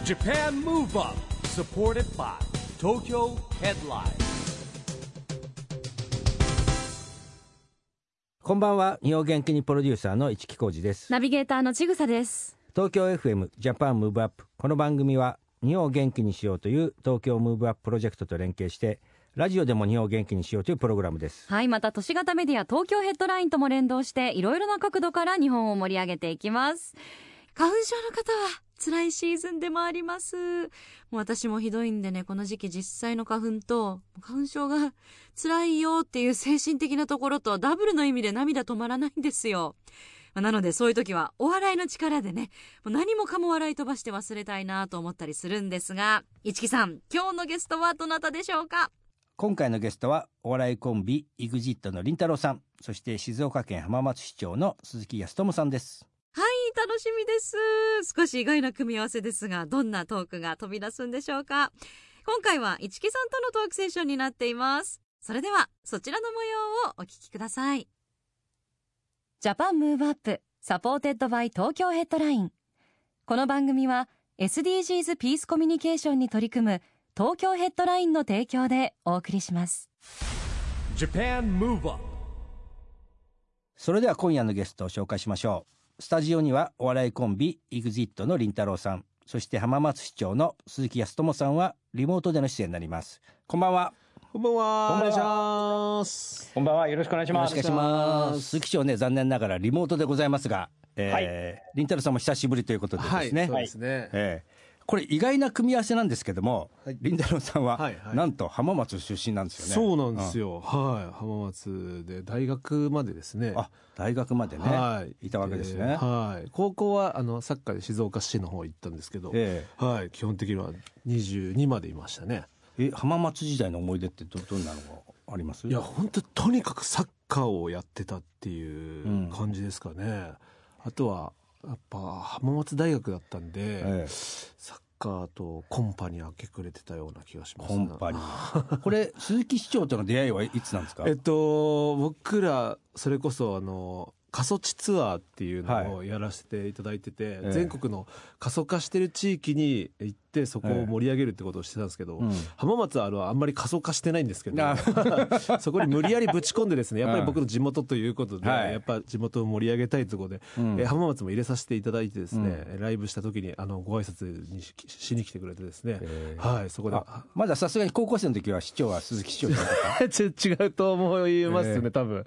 Japan Move Up supported by Tokyo Headline。 こんばんは。日本元気にプロデューサーの市木浩司です。 ナビゲーターのちぐさです。 東京 FM ジャパンムーブアップ、この番組は日本を元気にしようという東京ムーブアッププロジェクトと連携してラジオでも日本を元気にしようというプログラムです。 はい、また都市型メディア東京ヘッドラインとも連動していろいろな角度から日本を盛り上げていきます。花粉症の方は辛いシーズンでもあります。もう私もひどいんでね、この時期実際の花粉と花粉症が辛いよっていう精神的なところとダブルの意味で涙止まらないんですよ。なのでそういう時はお笑いの力でね、もう何もかも笑い飛ばして忘れたいなと思ったりするんですが、市木さん、今日のゲストはどなたでしょうか？ 今回のゲストはお笑いコンビ EXIT のりんたろーさん、そして静岡県浜松市長の鈴木康友さんです。 はい、楽しみです。少し意外な組み合わせですが、どんなトークが飛び出すんでしょうか？今回は市木さんとのトークセッションになっています。それではそちらの模様をお聞きください。ジャパンムーブアップサポーテッドバイ東京ヘッドライン。この番組は SDGs ピースコミュニケーションに取り組む東京ヘッドラインの提供でお送りします。 Japan Move Up。 それでは今夜のゲストを紹介しましょう。スタジオにはお笑いコンビ EXIT のりんたろーさん、そして浜松市長の鈴木康友さんはリモートでの出演になります。こんばんは。 こんばんは。お願いします。 こんばんは。よろしくお願いします。 よろしくお願いします。鈴木市長ね、残念ながらリモートでございますが、 はい、 りんたろーさんも久しぶりということでですね。 はい、そうですね。 これ意外な組み合わせなんですけども、 はい、 りんたろーさんは、 はいはい、 なんと浜松出身なんですよね。 そうなんですよ。はい、浜松で大学までですね。 あ、大学までね、はい、いたわけですね。 はい。高校はサッカーで静岡市の方行ったんですけど、はい、基本的には22までいましたね。 浜松時代の思い出ってどんなのがあります？ いや、本当とにかくサッカーをやってたっていう感じですかね。あとはやっぱ浜松大学だったんで、サッカーとコンパに明け暮れてたような気がします。 コンパにこれ鈴木市長との出会いはいつなんですか？ 僕らそれこそ過疎地ツアーっていうのをやらせていただいてて、全国の過疎化してる地域に行ってそこを盛り上げるってことをしてたんですけど、浜松はあんまり過疎化してないんですけどそこに無理やりぶち込んでですね、やっぱり僕の地元ということで、やっぱ地元を盛り上げたいということで、浜松も入れさせていただいてですね、ライブした時にご挨拶に しに来てくれてですね、はい、そこでまださすがに高校生の時は市長は鈴木市長じゃなかった違うと思いますね、多分。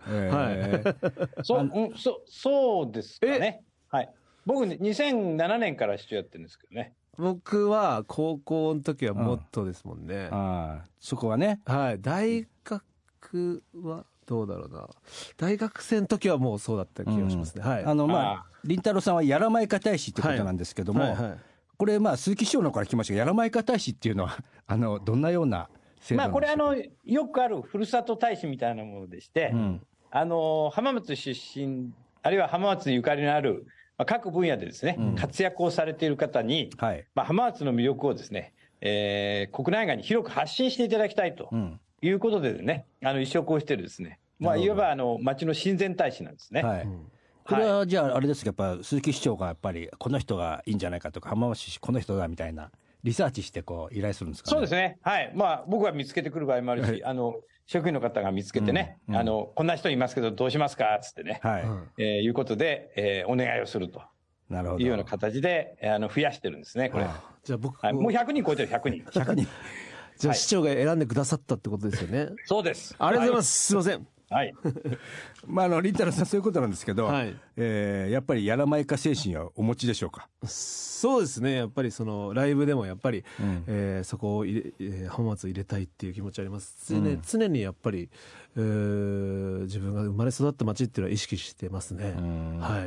そうですかね。はい。僕2007年から市長やってるんですけどね。 僕は高校の時はもっとですもんね。 そこはね。 はい。大学はどうだろうな。大学生の時はもうそうだった気がしますね。はい。 りんたろーさんはやらまいか大使ってことなんですけども、これ鈴木市長のから来ましたが、やらまいか大使っていうのはどんなような制度なんですか？ これよくあるふるさと大使みたいなものでして、浜松出身あるいは浜松ゆかりのある各分野でですね、活躍をされている方に、浜松の魅力をですね、国内外に広く発信していただきたいということでね、一生こうしてるですね、いわば町の親善大使なんですね。 これはじゃああれですか、やっぱ鈴木市長がやっぱりこの人がいいんじゃないかとか、浜松市この人だみたいなリサーチして依頼するんですかね？ そうですね。はい。僕が見つけてくる場合もあるし、職員の方が見つけてね、こんな人いますけどどうしますかっつってね、いうことで、お願いをするというような形で増やしてるんですね、これ。 じゃあ僕、 もう100人超えてる。100人じゃあ市長が選んでくださったってことですよね。 そうです。 ありがとうございます。すいません。 はい。 りんたろーさんそういうことなんですけど、やっぱりやらまいか精神はお持ちでしょうか？ そうですね。やっぱりライブでもやっぱり、そこを浜松を入れたいっていう気持ちあります。常にやっぱり、自分が生まれ育った町っていうのは意識してますね。はい。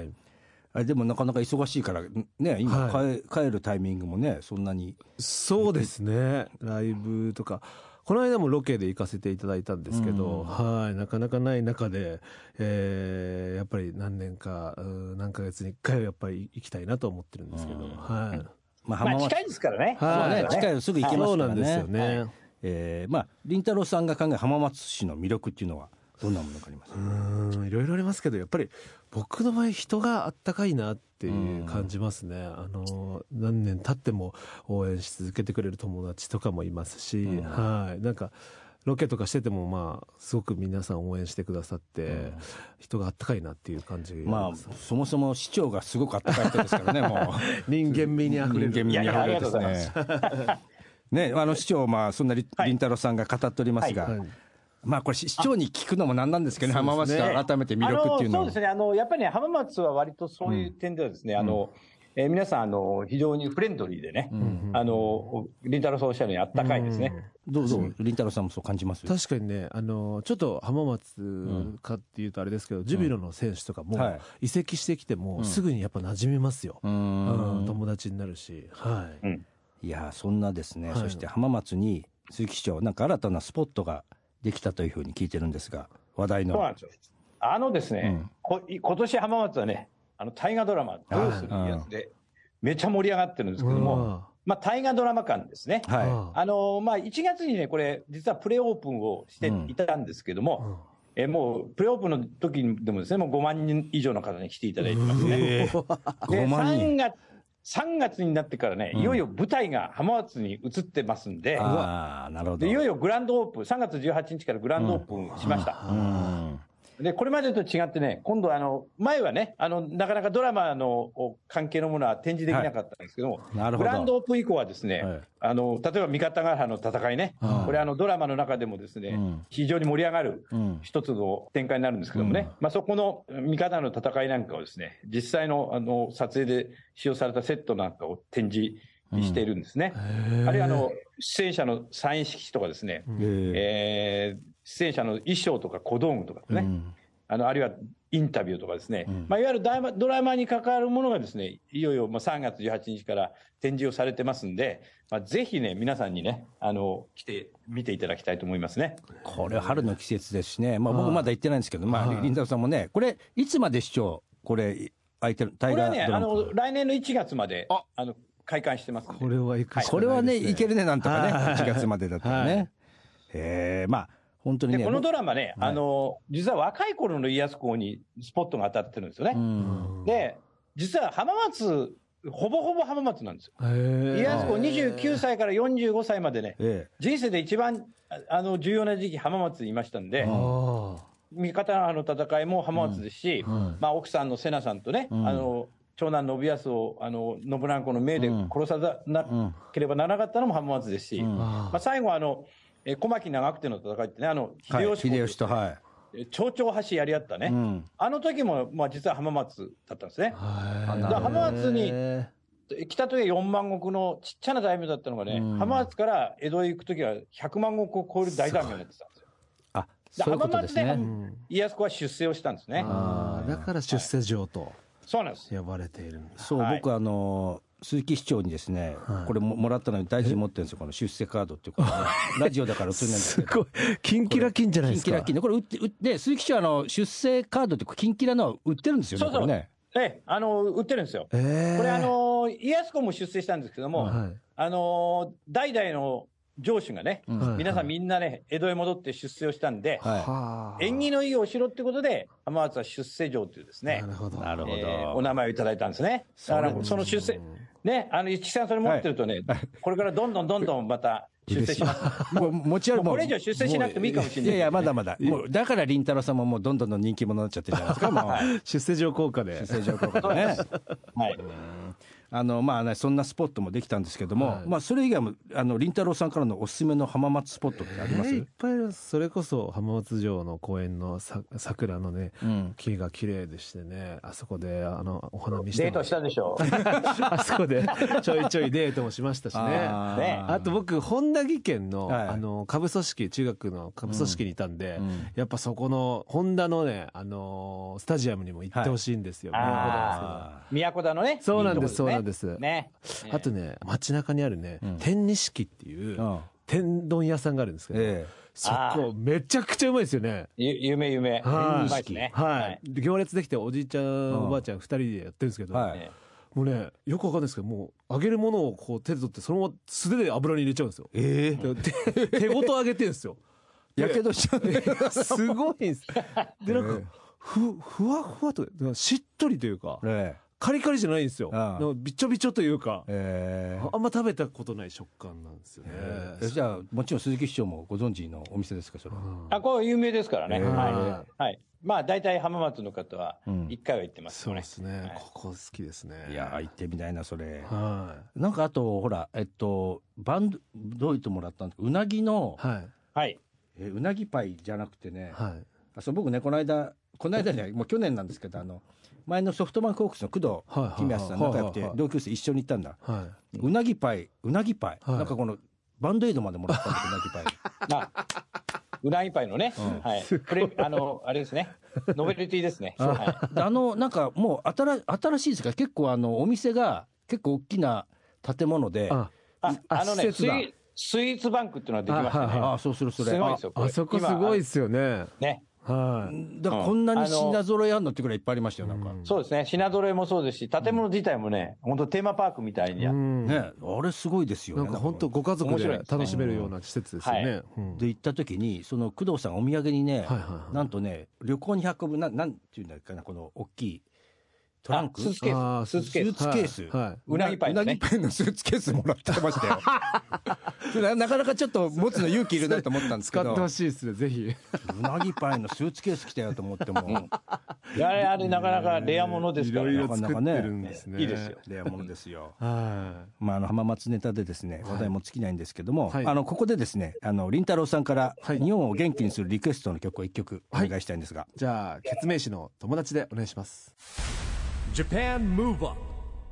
でもなかなか忙しいからね、今、帰るタイミングもねそんなに。 そうですね。ライブとかこの間もロケで行かせていただいたんですけど、なかなかない中で、やっぱり何ヶ月に1回はやっぱり行きたいなと思ってるんですけど、 近いですからね。 近い、すぐ行けますからね。 そうなんですよね。 りんたろーさんが考える浜松市の魅力っていうのはどんなものがあります？ いろいろありますけど、やっぱり僕の場合人があったかいなっていう感じますね。何年経っても応援し続けてくれる友達とかもいますし、はい、なんかロケとかしててもまあすごく皆さん応援してくださって、人があったかいなっていう感じ。 まあそもそも市長がすごくあったかい人ですからね。もう人間味にあふれる。 人間味にあふれるですね。ね、市長、まあそんな林太郎さんが語っておりますが、まあこれ市長に聞くのもなんなんですけどね、浜松が改めて魅力っていうのは。 そうですね、やっぱりね、浜松は割とそういう点ではですね、皆さん非常にフレンドリーでね、林太郎さんおっしゃるようにあったかいですね。 どうぞ林太郎さんもそう感じます？ 確かにね、ちょっと浜松かっていうとあれですけど、ジュビロの選手とかも移籍してきてもすぐにやっぱ馴染みますよ。友達になるし、はい。 いやそんなですね、そして浜松に鈴木市長なんか新たなスポットができたというふうに聞いてるんですが、話題の。 そうなんですよ。ですね、今年浜松はね、大河ドラマどうするやつでめちゃ盛り上がってるんですけども、まあ大河ドラマ館ですね。まあ1月にね、これ実はプレオープンをしていたんですけども、もうプレオープンの時でもですね、もう5万人以上の方に来ていただいてますね。で3月になってからね、いよいよ舞台が浜松に移ってますんで、 なるほど。 いよいよグランドオープン、3月18日からグランドオープンしました。で、これまでと違ってね、今度前はね、なかなかドラマの関係のものは展示できなかったんですけども、グランドオープン以降はですね、例えば三方ヶ原の戦いね、これドラマの中でもですね、非常に盛り上がる一つの展開になるんですけどもね、まあそこの三方の戦いなんかをですね、実際の撮影で使用されたセットなんかを展示しているんですね。あるいは出演者のサイン色紙とかですね、出演者の衣装とか小道具とかですね、あるいはインタビューとかですね、まあ、いわゆるドラマに関わるものがですね、いよいよ3月18日から展示をされてますんで、まあ、ぜひね、皆さんにね、来て見ていただきたいと思いますね。 これ春の季節ですしね、まあ、僕まだ行ってないんですけど、まあ、林太郎さんもね、これ、いつまで市長、これ、空いてる、 これはね、来年の1月まで、開館してますんで。 これは行くしかないですね。 これはね、行けるね、なんとかね、1月までだったらね。まあ、本当にね。 このドラマね、実は若い頃の家康公にスポットが当たってるんですよね。で、実は浜松、ほぼほぼ浜松なんですよ。家康公29歳から45歳までね、人生で一番重要な時期浜松にいましたんで、三方ヶ原の戦いも浜松ですし、まあ奥さんの瀬名さんとね、長男信康を信長公の命で殺さなければならなかったのも浜松ですし、まあ最後小牧長久手の戦いってね、秀吉と、町長橋やり合ったね、あの時も、まあ、実は浜松だったんですね。浜松に来た時は4万石のちっちゃな大名だったのがね、浜松から江戸へ行く時は100万石を超える大大名になってたんですよ。浜松で家康公は出世をしたんですね。 だから出世城とそうなんです呼ばれているんだ。 そう、僕鈴木市長にですね、これもらったのに大事に持ってるんですよ、この出世カードっていうか、ラジオだから映んないんですけど。 すごい、キンキラキンじゃないですか。 キンキラキンで、これで、鈴木市長出世カードってキンキラの売ってるんですよね、これね。 売ってるんですよ。これ家康公も出世したんですけども、代々の城主がね、皆さんみんなね、江戸へ戻って出世をしたんで、縁起のいいお城ってことで、浜松は出世城というですね、お名前をいただいたんですね。だからその出世、ね、市木さんそれ持ってるとね、これからどんどんまた出世します。 持ち歩これ以上出世しなくてもいいかもしれない。 いやまだまだ。もうだから林太郎さんももうどんどん人気者になっちゃってるじゃないですか。 出世城効果で。 出世城効果でね。はい。まあね、そんなスポットもできたんですけども、まあそれ以外も林太郎さんからのおすすめの浜松スポットってあります？ いっぱいあります。それこそ浜松城の公園の桜のね、木が綺麗でしてね、あそこでお花見してデートしたでしょ。 あそこでちょいちょいデートもしましたしね。あと僕本田技研の下部組織、中学の下部組織にいたんで、やっぱそこの本田のねスタジアムにも行ってほしいんですよ。 都田のね。 そうなんです、そうなんです。 ね、 あとね、街中にあるね、天錦っていう天丼屋さんがあるんですけど、そこめちゃくちゃうまいですよね。 有名。 はい。行列できておじいちゃんおばあちゃん2人でやってるんですけど、もうね、よくわかんないですけど、もう揚げるものをこう手で取ってそのまま素手で油に入れちゃうんですよ。手ごと揚げてるんですよ。 やけどしちゃうすごいんです。でなんかふわふわとしっとりというか、カリカリじゃないんですよ。びちょびちょというか、あんま食べたことない食感なんですよね。 じゃあもちろん鈴木市長もご存知のお店ですか、それは。 これ有名ですからね。はい。まあ大体浜松の方は一回は行ってますね。そうですね。ここ好きですね。 いや行ってみたいなそれ。なんかあとほらバンドイトもらったんですけど、うなぎのうなぎパイじゃなくてね。僕ねこの間じゃもう去年なんですけど前のソフトバンクホークスの工藤公康さん仲良くて同級生一緒に行ったんだ。うなぎパイなんかこのバンドエイドまでもらったんだうなぎパイ。 うなぎパイのね、これあれですね、ノベルティですね。 なんかもう新しいですから、結構お店が結構大きな建物で、 スイーツバンクっていうのができましたね。 そうするそれ。 あそこすごいですよね。 ね。 だからこんなに品揃えあるのってくらいいっぱいありましたよ。なんかそうですね、品揃えもそうですし、建物自体もね、本当テーマパークみたいにね、あれすごいですよね。 なんか本当ご家族で楽しめるような施設ですよね。 で行った時にその工藤さんお土産にね、なんとね旅行に運ぶなんていうんだっけな、この大きいトランク、 スーツケース、うなぎパイのスーツケースもらってましたよ。なかなかちょっと持つの勇気いるなと思ったんですけど、 使ってほしいですね、ぜひ。 うなぎパイのスーツケース来たよと思っても、 あれなかなかレアものですからね。 いろいろ作ってるんですね。 いいですよ、 レアものですよ。浜松ネタでですね話題も尽きないんですけども、ここでですねりんたろーさんから日本を元気にするリクエストの曲を1曲お願いしたいんですが、 じゃあケツメイシの友達でお願いします。 Japan Move Up。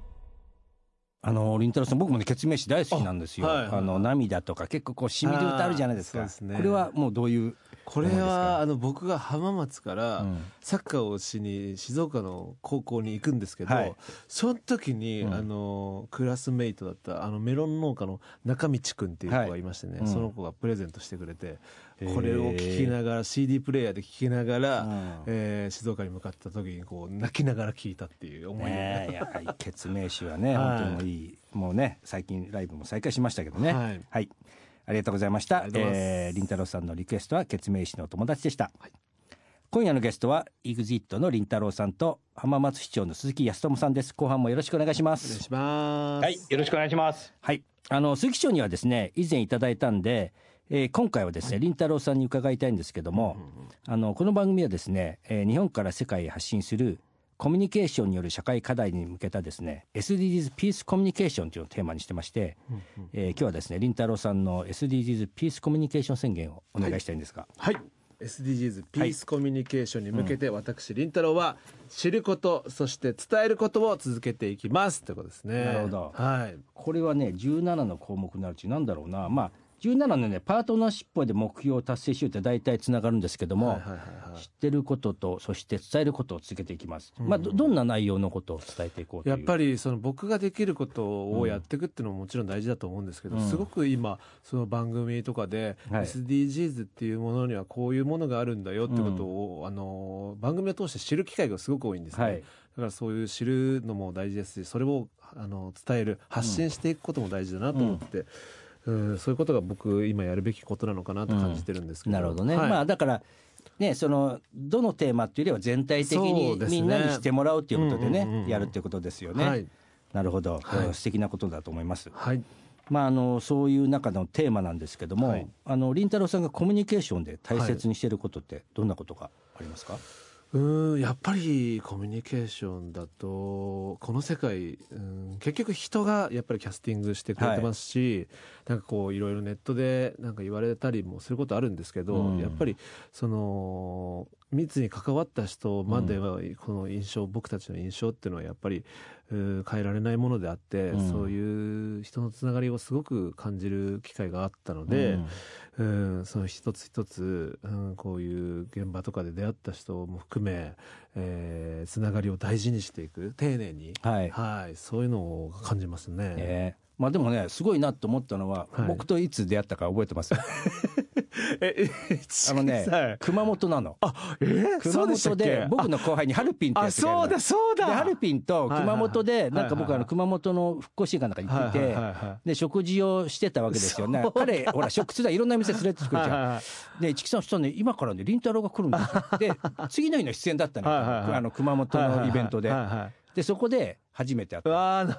りんたろーさん、僕もねケツメイシ大好きなんですよ。涙とか結構こうしみる歌あるじゃないですか。これはもうどういう？ これは僕が浜松からサッカーをしに静岡の高校に行くんですけど、その時にクラスメイトだったメロン農家の中道くんっていう子がいましてね、その子がプレゼントしてくれて、これを聴きながら CD プレイヤーで聴きながら静岡に向かった時にこう泣きながら聴いたっていう思い出。 やはりケツメイシはね本当にいい、もうね最近ライブも再開しましたけどね。はい、ありがとうございました。りんたろーさんのリクエストはケツメイシの友達でした。今夜のゲストは EXIT のりんたろーさんと浜松市長の鈴木康友さんです。後半もよろしくお願いします。 お願いします。 はい、よろしくお願いします。 はい、鈴木市長にはですね以前いただいたんで、今回はですねりんたろーさんに伺いたいんですけども、この番組はですね、日本から世界へ発信するコミュニケーションによる社会課題に向けたですね SDGs ピースコミュニケーションというのをテーマにしてまして、今日はですねりんたろーさんの SDGs ピースコミュニケーション宣言をお願いしたいんですが、 SDGs ピースコミュニケーションに向けて、私りんたろーは知ることそして伝えることを続けていきますということですね。 なるほど、これはね17の項目になるうちなんだろうな、17のねパートナーシップで目標を達成しようって大体つながるんですけども、知ってることとそして伝えることを続けていきます。どんな内容のことを伝えていこうという。 やっぱり僕ができることをやっていくっていうのももちろん大事だと思うんですけど、すごく今その番組とかで SDGs っていうものにはこういうものがあるんだよってことを、番組を通して知る機会がすごく多いんですね。だからそういう知るのも大事ですし、それを伝える発信していくことも大事だなと思って、そういうことが僕今やるべきことなのかなと感じてるんですけど、 なるほどね。だからね、どのテーマっていうよりは全体的にみんなにしてもらうということでね、やるっていうことですよね。なるほど、素敵なことだと思います。そういう中のテーマなんですけども、りんたろーさんがコミュニケーションで大切にしていることってどんなことがありますか？ やっぱりコミュニケーションだとこの世界、結局人がやっぱりキャスティングしてくれてますし、なんかこういろいろネットでなんか言われたりもすることあるんですけど、やっぱりその密に関わった人まではこの印象、僕たちの印象っていうのはやっぱり変えられないものであって、そういう人のつながりをすごく感じる機会があったので、その一つ一つ、こういう現場とかで出会った人も含め、つながりを大事にしていく、丁寧に、そういうのを感じますね。 でもねすごいなと思ったのは、僕といつ出会ったか覚えてます熊本なの。熊本で僕の後輩にハルピンってやつがいるの。 そうだ。 でハルピンと熊本でなんか僕熊本の復興支援かなんか行ってて、で食事をしてたわけですよね。彼ほら食通だいろんな店連れてってくるじゃん。で市木さんしたらね今からね凛太郎が来るんですよ。で次の日の出演だったの。熊本のイベントで。でそこで初めて会った。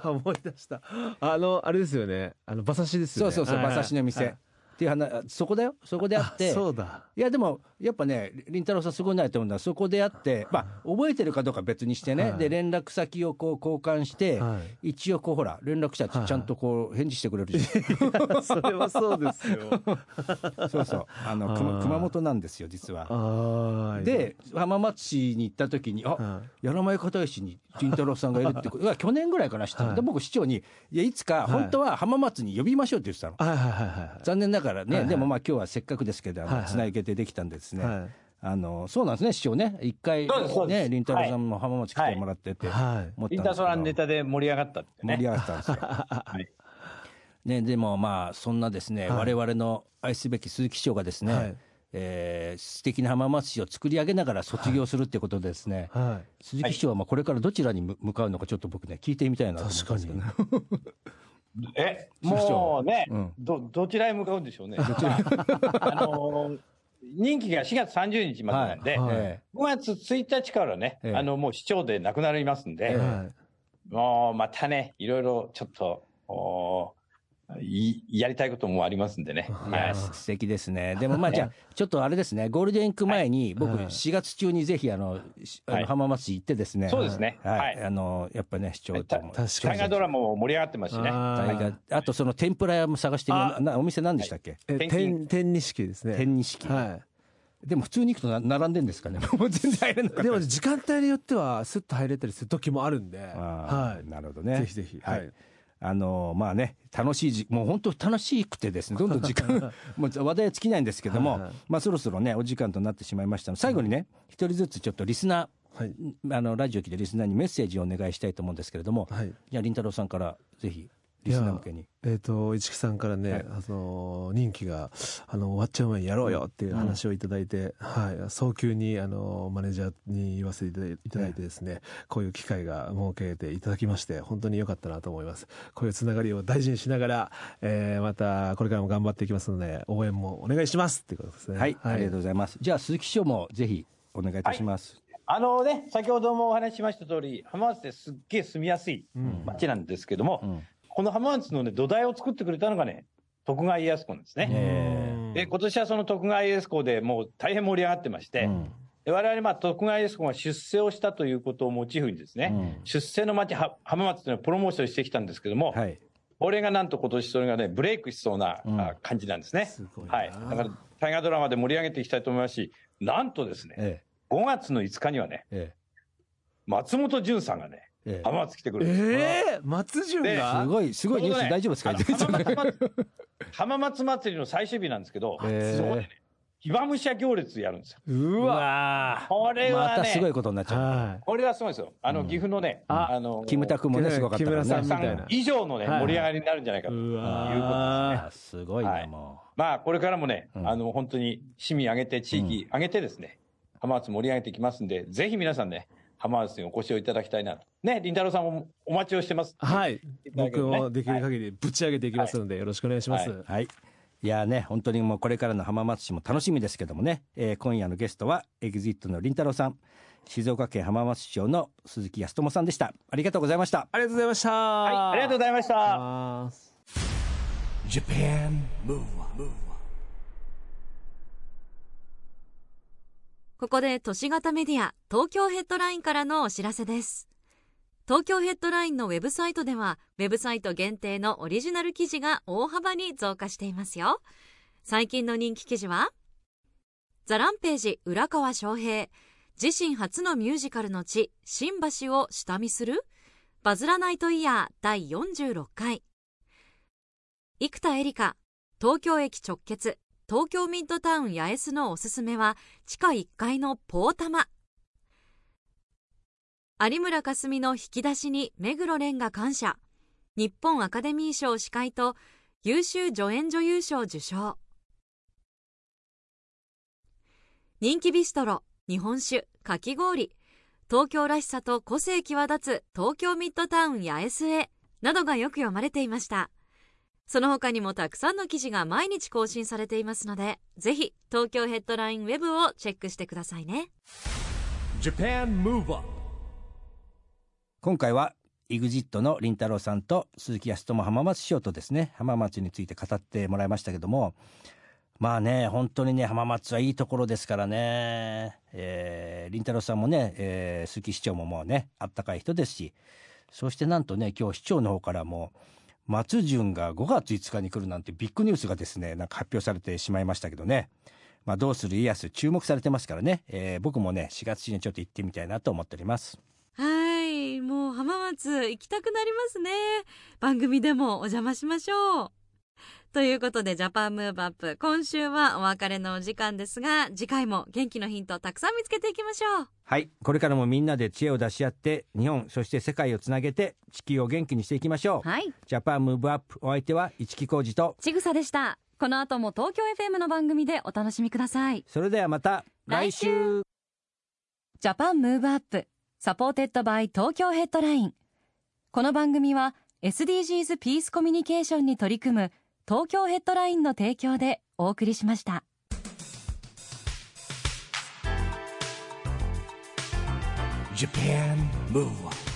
思い出した。あれですよね。馬刺しですよね。 そう馬刺しの店。っていう話、そこだよ。そこで会って。 そうだ。 いやでもやっぱね凛太郎さんすごいなと思うんだ。そこで会って覚えてるかどうか別にしてね、で連絡先をこう交換して、一応こうほら連絡者ちゃんとこう返事してくれるじゃん。 それはそうですよ。 そう熊本なんですよ実は。で浜松市に行った時に柳前片石に凛太郎さんがいるってこと去年ぐらいから知ったので、僕市長にいつか本当は浜松に呼びましょうって言ってたの。残念ながらね、でも今日はせっかかくですけどつなげてできたんですね。そうなんですね市長ね、一回ね凛太郎さんも浜松来てもらってて、 凛太郎さんネタで盛り上がったってね。 盛り上がったんですよ。ね、でもそんなですね、我々の愛すべき鈴木市長がですね、素敵な浜松市を作り上げながら卒業するってことでですね、鈴木市長はこれからどちらに向かうのかちょっと僕ね聞いてみたいなと思うんですけどね。 もうね、どちらへ向かうんでしょうね。任期が4月30日までなんで、5月1日からね、もう市長でなくなりますんで、もうまたね、いろいろちょっと、やりたいこともありますんでね。 素敵ですね。でもじゃあちょっとあれですね、ゴールデンウィーク前に僕4月中にぜひ浜松市行ってですね。 そうですね。 やっぱね市長と大河ドラマも盛り上がってますしね。 あとその天ぷら屋も探してお店何でしたっけ？ 天錦ですね。 天錦。でも普通に行くと並んでんですかね。もう全然入れるのか。 でも時間帯によってはスッと入れたりする時もあるんで。 なるほどね。 ぜひぜひ。 楽しいもう本当楽しくてですね、どんどん時間もう話題は尽きないんですけども、そろそろねお時間となってしまいましたので、最後にね一人ずつちょっとリスナー、ラジオ聞いてリスナーにメッセージをお願いしたいと思うんですけれども、じゃあ凛太郎さんからぜひリスナー向けに。 市木さんからね、任期が終わっちゃう前にやろうよっていう話をいただいて、早急にマネージャーに言わせていただいてですね、こういう機会が設けていただきまして本当に良かったなと思います。こういうつながりを大事にしながら、またこれからも頑張っていきますので応援もお願いしますっていうことですね。 ありがとうございます。じゃあ鈴木市長もぜひお願いいたします。 先ほどもお話ししました通り、浜松ですっげえ住みやすい町なんですけども、この浜松のね土台を作ってくれたのがね徳川家康公なんですね。で今年はその徳川家康公でもう大変盛り上がってまして、我々徳川家康公が出世をしたということをモチーフにですね、出世の町浜松というのをプロモーションしてきたんですけども、これがなんと今年それがねブレイクしそうな感じなんですね。だから大河ドラマで盛り上げていきたいと思いますし、なんとですね、5月の5日にはね、松本潤さんがね浜松来てくるんです。 松潤がすごいニュース大丈夫ですか？ 浜松祭りの最終日なんですけど、そこでね騎馬武者行列やるんですよ。 うわこれはねまたすごいことになっちゃう。 これはすごいですよ。岐阜のねキムタクもねすごかったからね。 木村さん以上のね盛り上がりになるんじゃないかということですね。 すごいねもう。これからもね本当に市民挙げて地域挙げてですね浜松盛り上げていきますんで、ぜひ皆さんね浜松にお越しをいただきたいなと。ね、凛太郎さんもお待ちをしてます。 僕もできる限りぶち上げていきますので、よろしくお願いします。 いやね、本当にもうこれからの浜松市も楽しみですけどもね、今夜のゲストはエグジットの凛太郎さん、静岡県浜松市長の鈴木康友さんでした。ありがとうございました。 ありがとうございました。 ありがとうございました。 ここで都市型メディア東京ヘッドラインからのお知らせです。東京ヘッドラインのウェブサイトではウェブサイト限定のオリジナル記事が大幅に増加していますよ。最近の人気記事はザランページ浦川翔平、自身初のミュージカルの地新橋を下見するバズらないとイヤー第46回、生田絵梨花、東京駅直結東京ミッドタウン八重洲のおすすめは地下1階のポータマ、有村架純の引き出しに目黒蓮が感謝、日本アカデミー賞司会と優秀助演女優賞受賞。 人気ビストロ、日本酒、かき氷、東京らしさと個性際立つ東京ミッドタウン八重洲などがよく読まれていました。その他にもたくさんの記事が毎日更新されていますので、ぜひ東京ヘッドラインウェブをチェックしてくださいね。 Japan Move Up。 今回は EXIT のりんたろーさんと鈴木康友浜松師匠とですね、浜松について語ってもらいましたけども、まあね、本当にね、浜松はいいところですからね。りんたろーさんもね、鈴木市長ももうね、あったかい人ですし、そしてなんとね、今日市長の方からも松潤が5月5日に来るなんてビッグニュースがですね、なんか発表されてしまいましたけどね。まあ、どうする家康注目されてますからね、僕もね4月中にちょっと行ってみたいなと思っております。 はい、もう浜松行きたくなりますね。番組でもお邪魔しましょう。ということでジャパンムーブアップ、今週はお別れのお時間ですが、次回も元気のヒントをたくさん見つけていきましょう。 はい、これからもみんなで知恵を出し合って日本そして世界をつなげて地球を元気にしていきましょう。 はい、 ジャパンムーブアップ、お相手は市木浩二とちぐさでした。この後も東京 FM の番組でお楽しみください。 それではまた来週。 ジャパンムーブアップサポーテッドバイ東京ヘッドライン。この番組は SDGs ピースコミュニケーションに取り組む東京ヘッドラインの提供でお送りしました。 Japan Move Up。